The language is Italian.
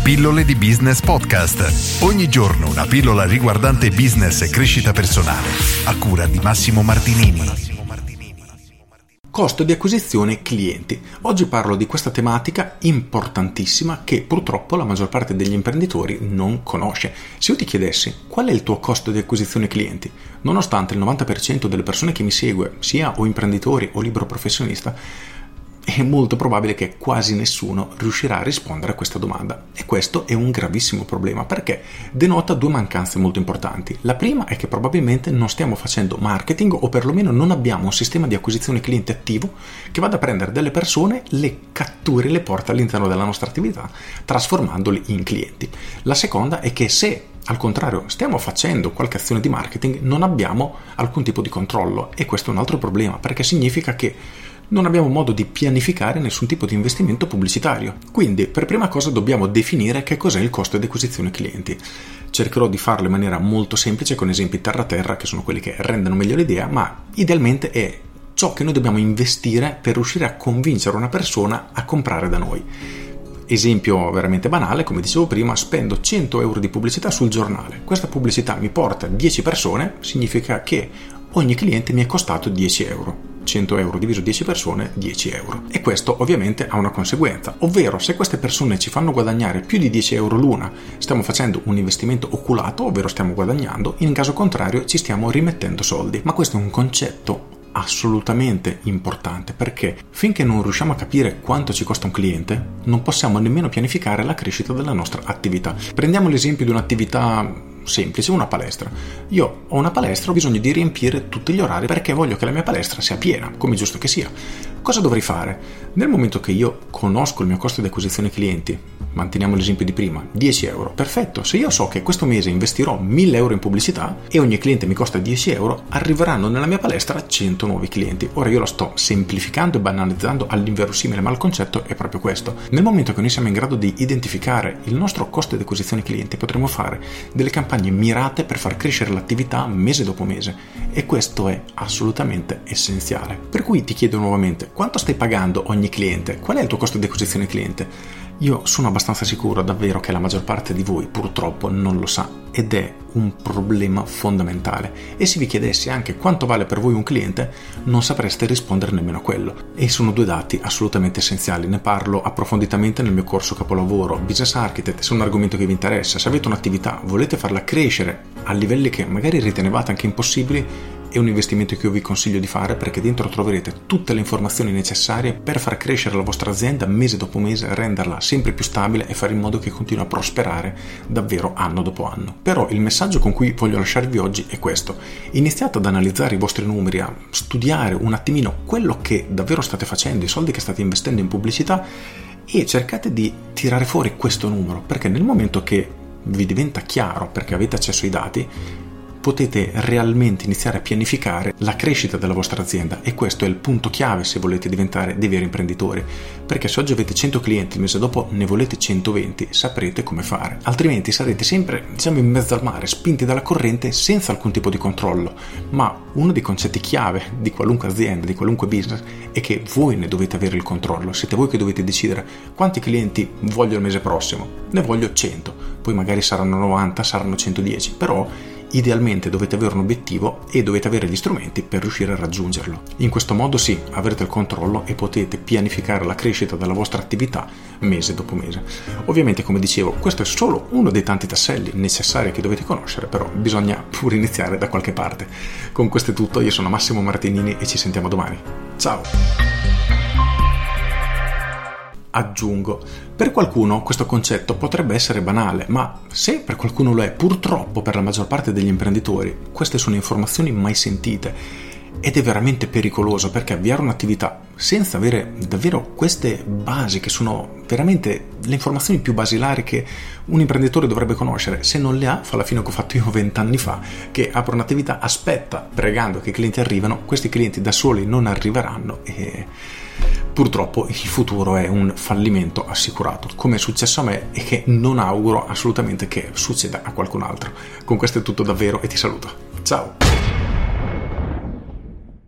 Pillole di Business Podcast. Ogni giorno una pillola riguardante business e crescita personale. A cura di Massimo Martinini. Costo di acquisizione clienti. Oggi parlo di questa tematica importantissima che purtroppo la maggior parte degli imprenditori non conosce. Se io ti chiedessi qual è il tuo costo di acquisizione clienti, nonostante il 90% delle persone che mi segue, sia o imprenditori o libero professionista, è molto probabile che quasi nessuno riuscirà a rispondere a questa domanda. E questo è un gravissimo problema perché denota due mancanze molto importanti. La prima è che probabilmente non stiamo facendo marketing o perlomeno non abbiamo un sistema di acquisizione cliente attivo che vada a prendere delle persone, le catture e le porta all'interno della nostra attività trasformandoli in clienti. La seconda è che se al contrario stiamo facendo qualche azione di marketing non abbiamo alcun tipo di controllo e questo è un altro problema perché significa che non abbiamo modo di pianificare nessun tipo di investimento pubblicitario. Quindi, per prima cosa dobbiamo definire che cos'è il costo di acquisizione clienti. Cercherò di farlo in maniera molto semplice con esempi terra-terra che sono quelli che rendono meglio l'idea, ma idealmente è ciò che noi dobbiamo investire per riuscire a convincere una persona a comprare da noi. Esempio veramente banale, come dicevo prima, spendo 100 euro di pubblicità sul giornale. Questa pubblicità mi porta 10 persone, significa che ogni cliente mi è costato 10 euro. 100 euro diviso 10 persone, 10 euro. E questo ovviamente ha una conseguenza, ovvero se queste persone ci fanno guadagnare più di 10 euro l'una, stiamo facendo un investimento oculato, ovvero stiamo guadagnando, in caso contrario ci stiamo rimettendo soldi. Ma questo è un concetto assolutamente importante perché finché non riusciamo a capire quanto ci costa un cliente non possiamo nemmeno pianificare la crescita della nostra attività. Prendiamo l'esempio di un'attività semplice, una palestra. Io ho una palestra, ho bisogno di riempire tutti gli orari perché voglio che la mia palestra sia piena, come è giusto che sia. Cosa dovrei fare? Nel momento che io conosco il mio costo di acquisizione clienti, manteniamo l'esempio di prima, 10 euro, perfetto. Se io so che questo mese investirò 1000 euro in pubblicità e ogni cliente mi costa 10 euro, arriveranno nella mia palestra 100 nuovi clienti. Ora io lo sto semplificando e banalizzando all'inverosimile, ma il concetto è proprio questo. Nel momento che noi siamo in grado di identificare il nostro costo di acquisizione clienti, potremo fare delle campagne mirate per far crescere l'attività mese dopo mese e questo è assolutamente essenziale. Per cui ti chiedo nuovamente, quanto stai pagando ogni cliente? Qual è il tuo costo di acquisizione cliente? Io sono abbastanza sicuro davvero che la maggior parte di voi purtroppo non lo sa ed è un problema fondamentale e se vi chiedessi anche quanto vale per voi un cliente non sapreste rispondere nemmeno a quello e sono due dati assolutamente essenziali. Ne parlo approfonditamente nel mio corso capolavoro Business Architect. Se è un argomento che vi interessa, se avete un'attività, volete farla crescere a livelli che magari ritenevate anche impossibili, è un investimento che io vi consiglio di fare perché dentro troverete tutte le informazioni necessarie per far crescere la vostra azienda mese dopo mese, renderla sempre più stabile e fare in modo che continui a prosperare davvero anno dopo anno. Però il messaggio con cui voglio lasciarvi oggi è questo: iniziate ad analizzare i vostri numeri, a studiare un attimino quello che davvero state facendo, i soldi che state investendo in pubblicità e cercate di tirare fuori questo numero perché nel momento che vi diventa chiaro perché avete accesso ai dati potete realmente iniziare a pianificare la crescita della vostra azienda e questo è il punto chiave se volete diventare dei veri imprenditori, perché se oggi avete 100 clienti, il mese dopo ne volete 120, saprete come fare, altrimenti sarete sempre in mezzo al mare, spinti dalla corrente senza alcun tipo di controllo. Ma uno dei concetti chiave di qualunque azienda, di qualunque business è che voi ne dovete avere il controllo, siete voi che dovete decidere quanti clienti voglio il mese prossimo, ne voglio 100, poi magari saranno 90, saranno 110, però idealmente dovete avere un obiettivo e dovete avere gli strumenti per riuscire a raggiungerlo. In questo modo sì, avrete il controllo e potete pianificare la crescita della vostra attività mese dopo mese. Ovviamente, come dicevo, questo è solo uno dei tanti tasselli necessari che dovete conoscere, però bisogna pure iniziare da qualche parte. Con questo è tutto, io sono Massimo Martinini e ci sentiamo domani. Ciao! Aggiungo, per qualcuno questo concetto potrebbe essere banale, ma se per qualcuno lo è, purtroppo per la maggior parte degli imprenditori, queste sono informazioni mai sentite ed è veramente pericoloso perché avviare un'attività senza avere davvero queste basi che sono veramente le informazioni più basilari che un imprenditore dovrebbe conoscere, se non le ha fa la fine che ho fatto io 20 anni fa, che apro un'attività, aspetta pregando che i clienti arrivano, questi clienti da soli non arriveranno e purtroppo il futuro è un fallimento assicurato, come è successo a me e che non auguro assolutamente che succeda a qualcun altro. Con questo è tutto davvero e ti saluto. Ciao!